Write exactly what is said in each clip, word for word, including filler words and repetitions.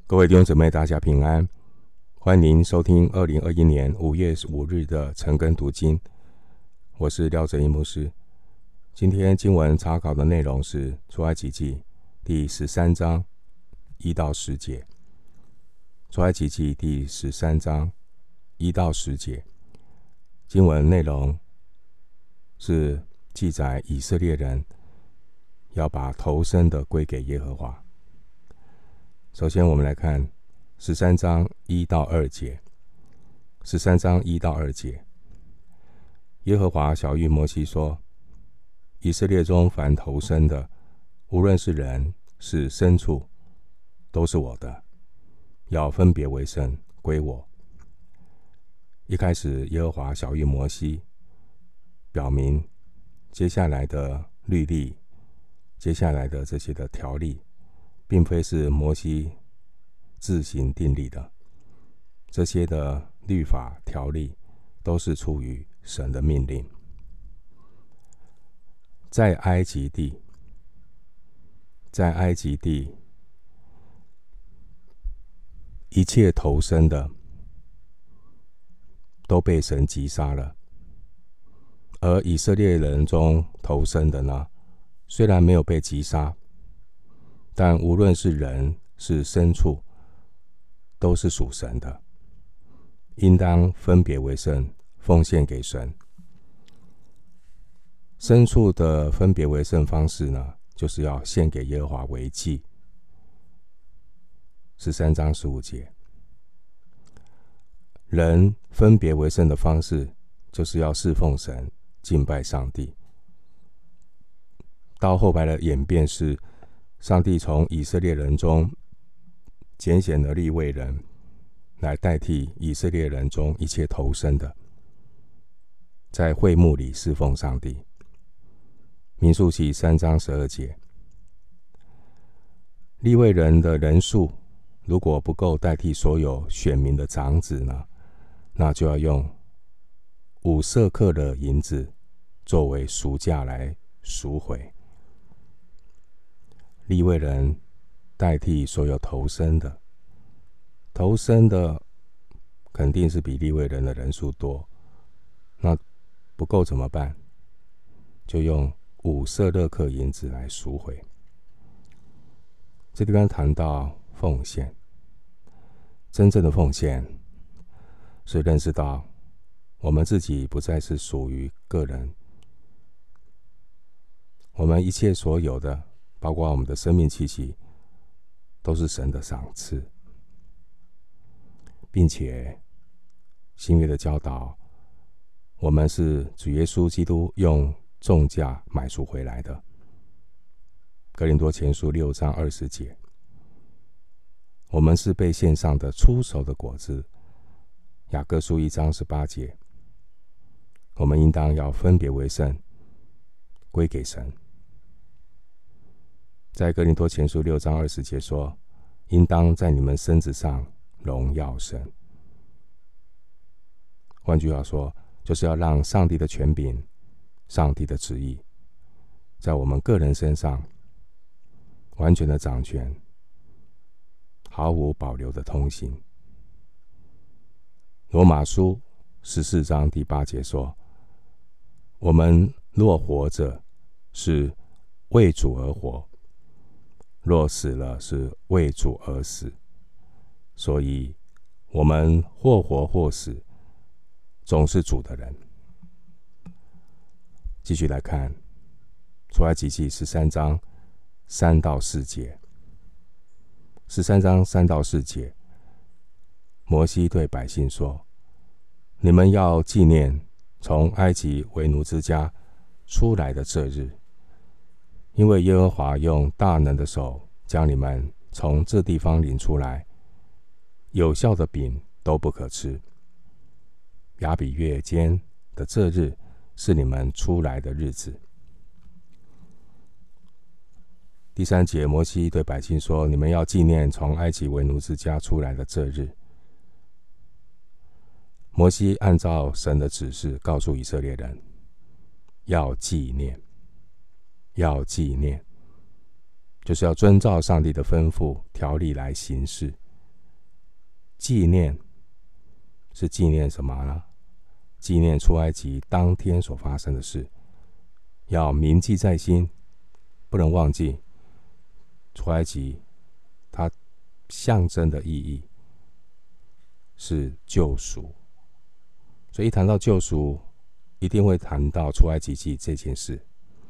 各位弟兄姊妹，大家平安，欢迎收听二零二一年五月五日的晨更读经。我是廖哲一牧师。今天经文查考的内容是出埃及记第十三章一到十节。出埃及记第十三章一到十节，经文内容是记载以色列人要把头生的归给耶和华。首先我们来看十三章一到二节。十三章一到二节，耶和华晓谕摩西说：以色列中凡头生的，无论是人是牲畜，都是我的，要分别为圣，归我。一开始耶和华晓谕摩西，表明接下来的律例，接下来的这些的条例，并非是摩西自行订立的，这些的律法条例都是出于神的命令。在埃及地，在埃及地，一切头生的都被神击杀了，而以色列人中头生的呢，虽然没有被击杀，但无论是人是牲畜，都是属神的，应当分别为圣，奉献给神。牲畜的分别为圣方式呢，就是要献给耶和华为祭。十三章十五节，人分别为圣的方式，就是要侍奉神，敬拜上帝。到后来的演变是，上帝从以色列人中拣选了利未人，来代替以色列人中一切头生的，在会幕里侍奉上帝。民数记三章十二节，利未人的人数如果不够代替所有选民的长子呢，那就要用五舍客的银子作为赎价来赎回。利未人代替所有头生的，头生的肯定是比利未人的人数多，那不够怎么办？就用五舍勒克银子来赎回。这地方谈到奉献，真正的奉献是认识到我们自己不再是属于个人，我们一切所有的，包括我们的生命气息，都是神的赏赐，并且新约的教导，我们是主耶稣基督用重价买赎回来的。哥林多前书六章二十节，我们是被献上的初熟的果子。雅各书一章十八节，我们应当要分别为圣，归给神。在哥林多前书六章二十节说，应当在你们身子上荣耀神。换句话说，就是要让上帝的权柄，上帝的旨意，在我们个人身上完全的掌权，毫无保留的通行。罗马书十四章第八节说，我们若活着，是为主而活，若死了，是为主而死。所以我们或活或死，总是主的人。继续来看出埃及记十三章三到四节。十三章三到四节，摩西对百姓说：你们要纪念从埃及为奴之家出来的这日，因为耶和华用大能的手将你们从这地方领出来，有酵的饼都不可吃。亚比月间的这日是你们出来的日子。第三节，摩西对百姓说：你们要纪念从埃及为奴之家出来的这日。摩西按照神的指示告诉以色列人，要纪念，要纪念，就是要遵照上帝的吩咐条例来行事。 纪念，是纪念什么呢？纪念出埃及当天所发生的事，要铭记在心，不能忘记出埃及它象征的意义是救赎。所以一谈到救赎，一定会谈到出埃及记这件事。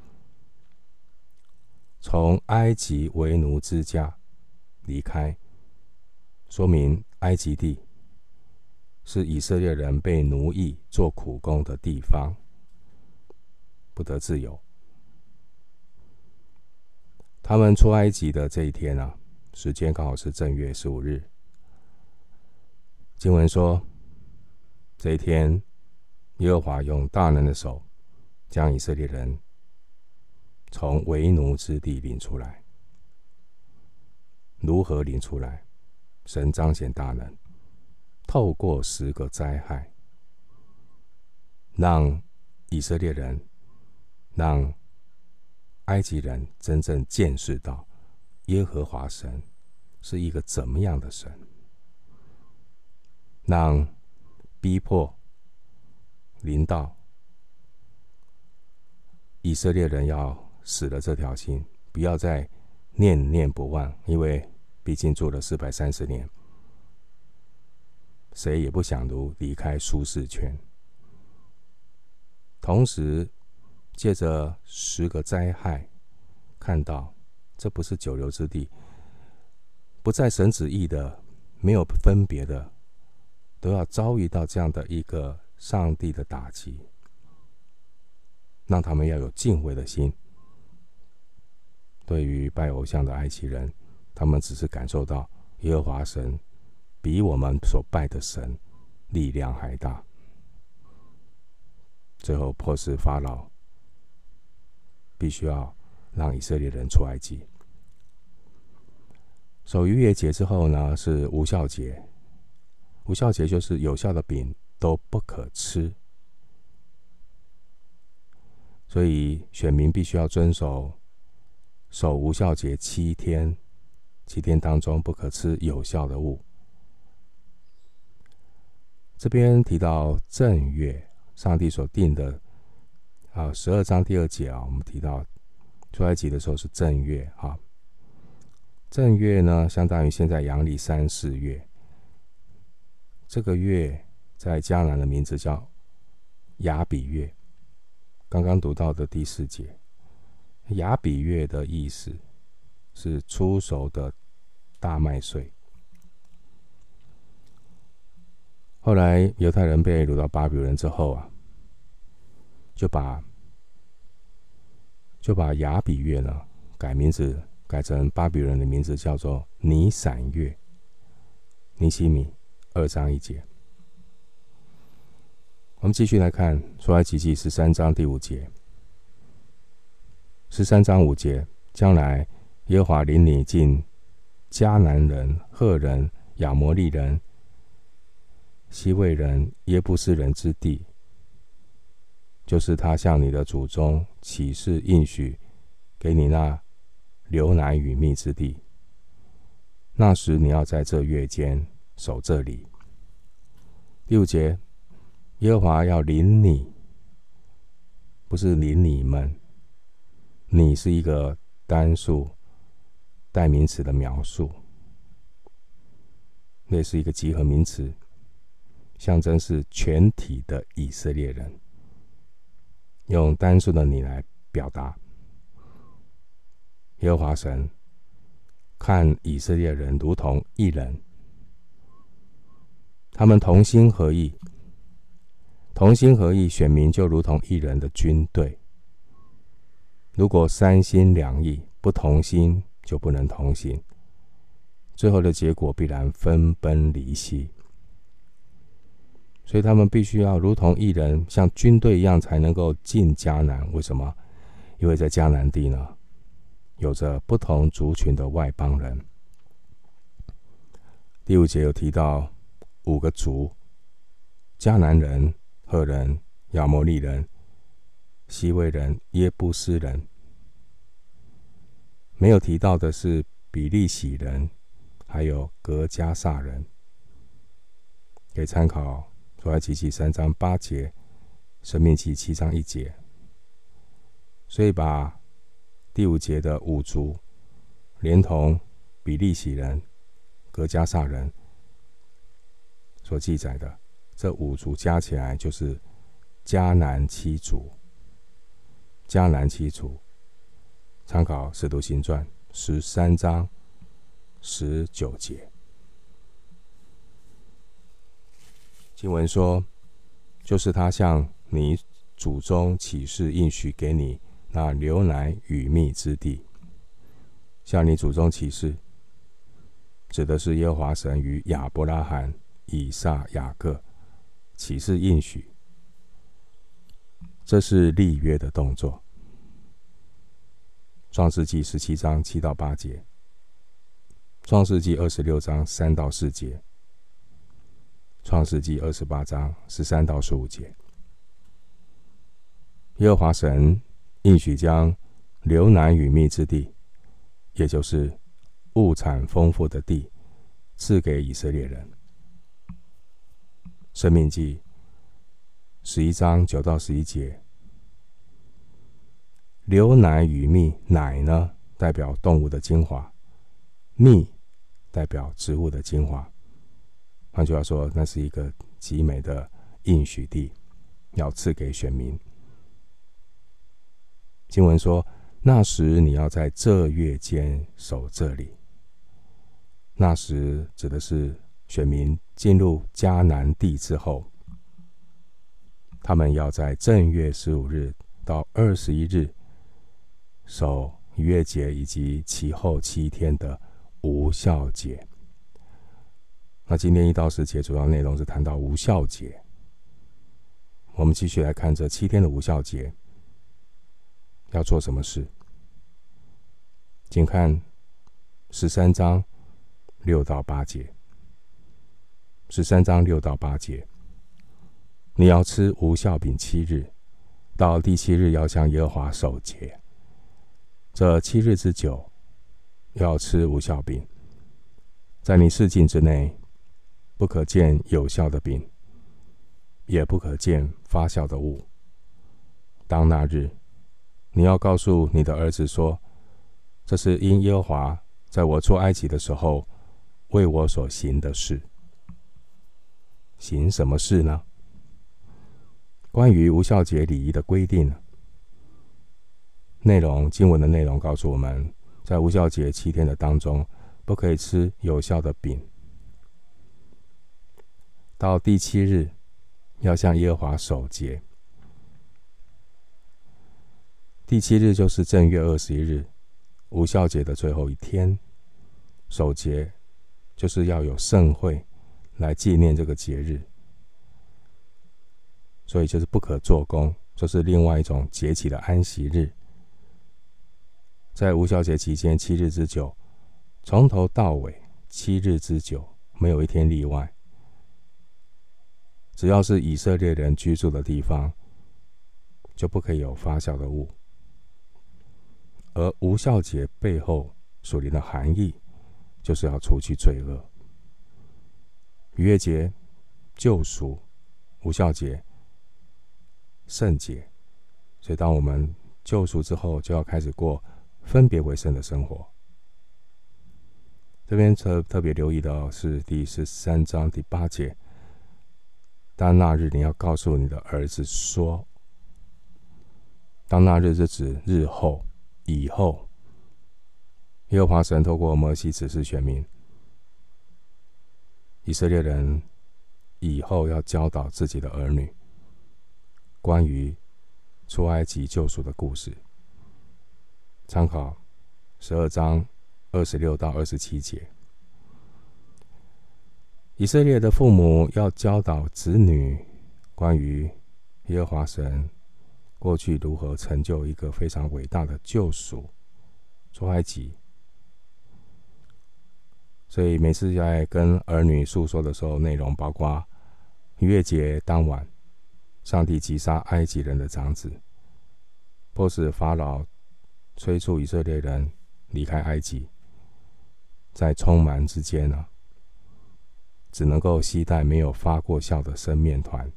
从埃及为奴之家离开，说明埃及地是以色列人被奴役做苦工的地方，不得自由。他们出埃及的这一天啊，时间刚好是正月十五日。经文说，这一天耶和华用大能的手将以色列人从为奴之地领出来。如何领出来？神彰显大能，透过十个灾害，让以色列人，让埃及人真正见识到耶和华神是一个怎么样的神，让逼迫临到以色列人要死了这条心，不要再念念不忘，因为毕竟住了四百三十年，谁也不想如离开舒适圈。同时借着十个灾害，看到这不是久留之地，不在神旨意的，没有分别的，都要遭遇到这样的一个上帝的打击，让他们要有敬畏的心。对于拜偶像的埃及人，他们只是感受到耶和华神比我们所拜的神力量还大，最后迫使法老必须要让以色列人出埃及。守逾越节之后呢，是无酵节。无酵节就是有酵的饼都不可吃，所以选民必须要遵守守无酵节七天，七天当中不可吃有酵的物。这边提到正月，上帝所定的啊，十二章第二节啊，我们提到出埃及的时候是正月啊。正月呢，相当于现在阳历三四月。这个月在迦南的名字叫亚比月。刚刚读到的第四节，亚比月的意思是初熟的大麦穗。后来犹太人被掳到巴比伦之后啊，就把就把亚比月呢改名字，改成巴比伦的名字，叫做尼散月。尼希米二章一节。我们继续来看出埃及记十三章第五节。十三章五节，将来耶和华领你进迦南人、赫人、亚摩利人、西魏人、耶布斯人之地，就是他向你的祖宗起誓应许给你那流奶与蜜之地。那时你要在这月间守这里。第五节，耶和华要领你，不是领你们。你是一个单数代名词的描述，那是一个集合名词，象征是全体的以色列人，用单数的你来表达。耶和华神看以色列人如同一人，他们同心合意，同心合意，选民就如同一人的军队。如果三心两意，不同心就不能同行，最后的结果必然分崩离析。所以他们必须要如同一人，像军队一样，才能够进迦南。为什么？因为在迦南地呢，有着不同族群的外邦人。第五节有提到五个族：迦南人、赫人、亚摩利人、西魏人、耶布斯人。没有提到的是比利洗人，还有格加萨人。 可以参考出埃及记三章八节，申命记七章一节。所以把第五节的五族连同比利洗人、革迦撒人所记载的这五族加起来就是迦南七族。迦南七族，参考使徒行传十三章十九节。经文说，就是他向你祖宗起誓应许给你那流奶与蜜之地。向你祖宗起誓，指的是耶和华神与亚伯拉罕、以撒、雅各起誓应许，这是立约的动作。创世纪十七章七到八节，创世纪二十六章三到四节，创世纪二十八章十三到十五节。耶和华神应许将流奶与蜜之地，也就是物产丰富的地，赐给以色列人。申命记十一章九到十一节，流奶与蜜，奶呢代表动物的精华，蜜代表植物的精华。换句话说，那是一个极美的应许地，要赐给选民。经文说，那时你要在这月间守这里。那时指的是选民进入迦南地之后，他们要在正月十五日到二十一日守逾越节以及其后七天的无酵节。那今天一到十节主要内容是谈到无酵节。我们继续来看这七天的无酵节要做什么事。请看十三章六到八节。十三章六到八节，你要吃无酵饼七日，到第七日要向耶和华守节。这七日之久要吃无酵饼，在你四境之内不可见有酵的饼，也不可见发酵的物。当那日，你要告诉你的儿子说，这是因耶和华在我出埃及的时候为我所行的事。行什么事呢？关于无酵节礼仪的规定，内容经文的内容告诉我们，在无酵节七天的当中，不可以吃有酵的饼。到第七日，要向耶和华守节。第七日就是正月二十一日，无酵节的最后一天。守节就是要有盛会来纪念这个节日，所以就是不可做工，这是另外一种节期的安息日。在无酵节期间七日之久，从头到尾七日之久，没有一天例外。只要是以色列人居住的地方，就不可以有发酵的物。而无酵节背后属灵的含义，就是要除去罪恶。逾越节、救赎、无酵节、圣节，所以当我们救赎之后，就要开始过分别为圣的生活。这边特特别留意到是第十三章第八节，当那日你要告诉你的儿子说，当那日是指日后、以后。耶和华神透过摩西指示选民，以色列人以后要教导自己的儿女关于出埃及救赎的故事。参考十二章二十六到二十七节。以色列的父母要教导子女关于耶和华神过去如何成就一个非常伟大的救赎，出埃及。所以每次在跟儿女诉说的时候，内容包括逾越节当晚，上帝击杀埃及人的长子，迫使法老催促以色列人离开埃及，在匆忙之间呢， 只能够携带没有发过酵的生面团。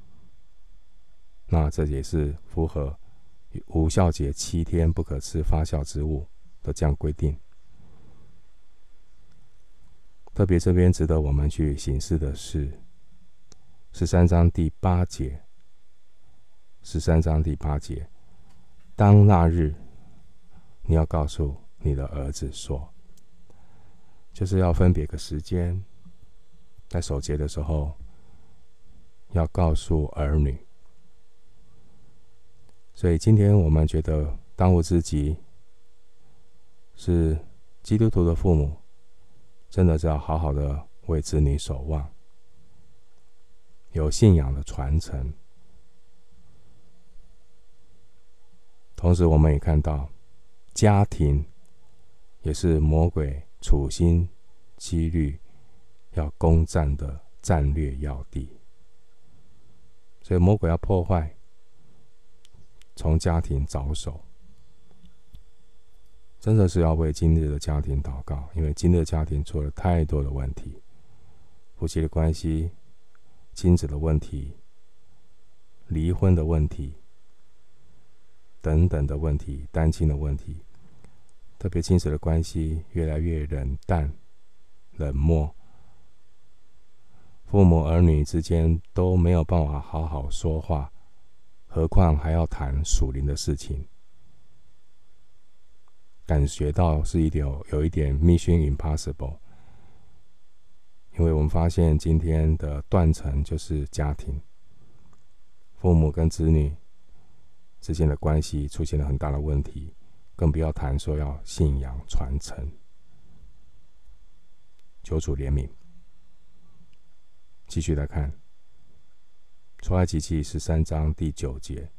那这也是符合无酵节七天不可吃发酵之物的这样规定。特别这边值得我们去省思的是十三章第八节，十三章第八节，当那日你要告诉你的儿子说，就是要分别个时间，在守节的时候要告诉儿女。所以今天我们觉得当务之急是基督徒的父母真的是要好好的为子女守望，有信仰的传承。同时我们也看到家庭也是魔鬼处心积虑要攻占的战略要地，所以魔鬼要破坏，从家庭着手。真的是要为今日的家庭祷告，因为今日的家庭出了太多的问题，夫妻的关系、亲子的问题、离婚的问题等等的问题，单亲的问题，特别亲子的关系越来越冷淡、冷漠，父母儿女之间都没有办法好好说话，何况还要谈属灵的事情。感觉到是一点有一点 Mission Impossible， 因为我们发现今天的断层就是家庭，父母跟子女之间的关系出现了很大的问题，更不要谈说要信仰传承。求主怜悯。继续来看出埃及记十三章第九节，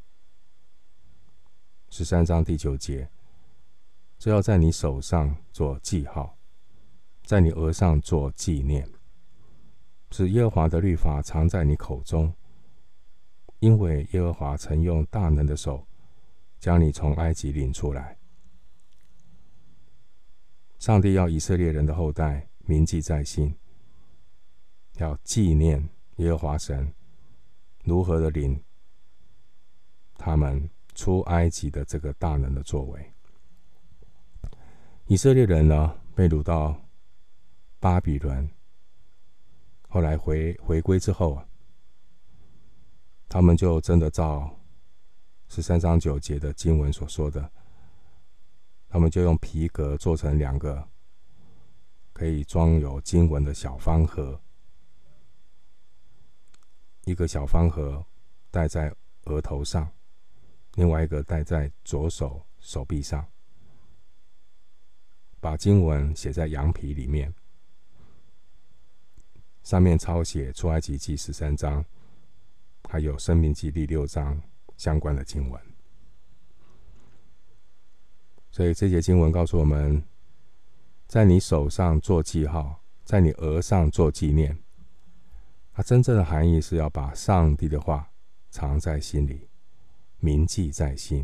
十三章第九节，这要在你手上做记号，在你额上做纪念，使耶和华的律法藏在你口中，因为耶和华曾用大能的手将你从埃及领出来。上帝要以色列人的后代铭记在心，要纪念耶和华神如何的领他们出埃及的这个大能的作为。以色列人呢，被掳到巴比伦，后来回回归之后啊，他们就真的照十三章九节的经文所说的，他们就用皮革做成两个可以装有经文的小方盒，一个小方盒戴在额头上，另外一个戴在左手手臂上，把经文写在羊皮里面，上面抄写出埃及记十三章还有申命记第六章相关的经文。所以这节经文告诉我们，在你手上做记号，在你额上做纪念，它真正的含义是要把上帝的话藏在心里，铭记在心，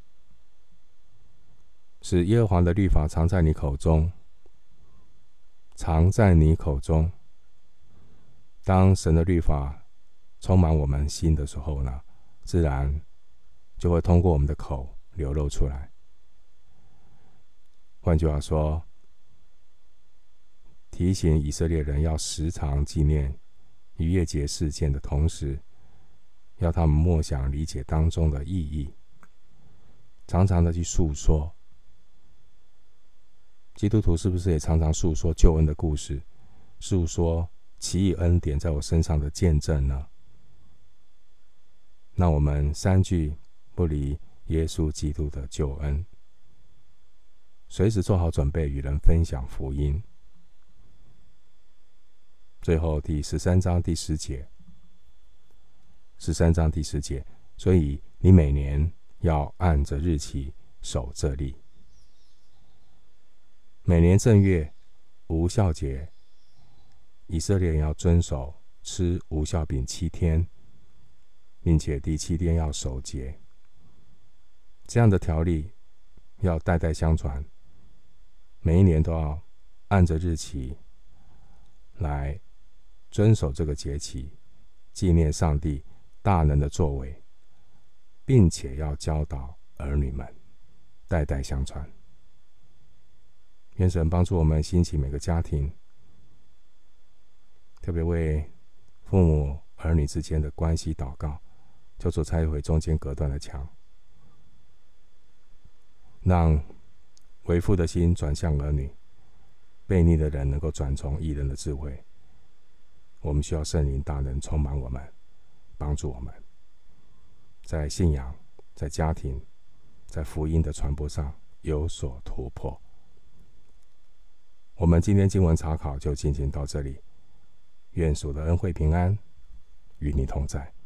使耶和华的律法藏在你口中，藏在你口中。当神的律法充满我们心的时候呢，自然就会通过我们的口流露出来。换句话说，提醒以色列人要时常纪念逾越节事件的同时，要他们默想理解当中的意义，常常的去诉说。基督徒是不是也常常诉说救恩的故事，诉说奇异恩典在我身上的见证呢？那我们三句不离耶稣基督的救恩，随时做好准备与人分享福音。最后第十三章第十节，十三章第十节，所以你每年要按着日期守这例。每年正月无酵节，以色列人要遵守吃无酵饼七天，并且第七天要守节。这样的条例要代代相传，每一年都要按着日期来遵守这个节期，纪念上帝大能的作为，并且要教导儿女们，代代相传。愿神帮助我们兴起每个家庭，特别为父母儿女之间的关系祷告，求主拆毁中间隔断的墙，让为父的心转向儿女，悖逆的人能够转从义人的智慧。我们需要圣灵大能充满我们，帮助我们在信仰、在家庭、在福音的传播上有所突破。我们今天经文查考就进行到这里，愿主的恩惠平安与你同在。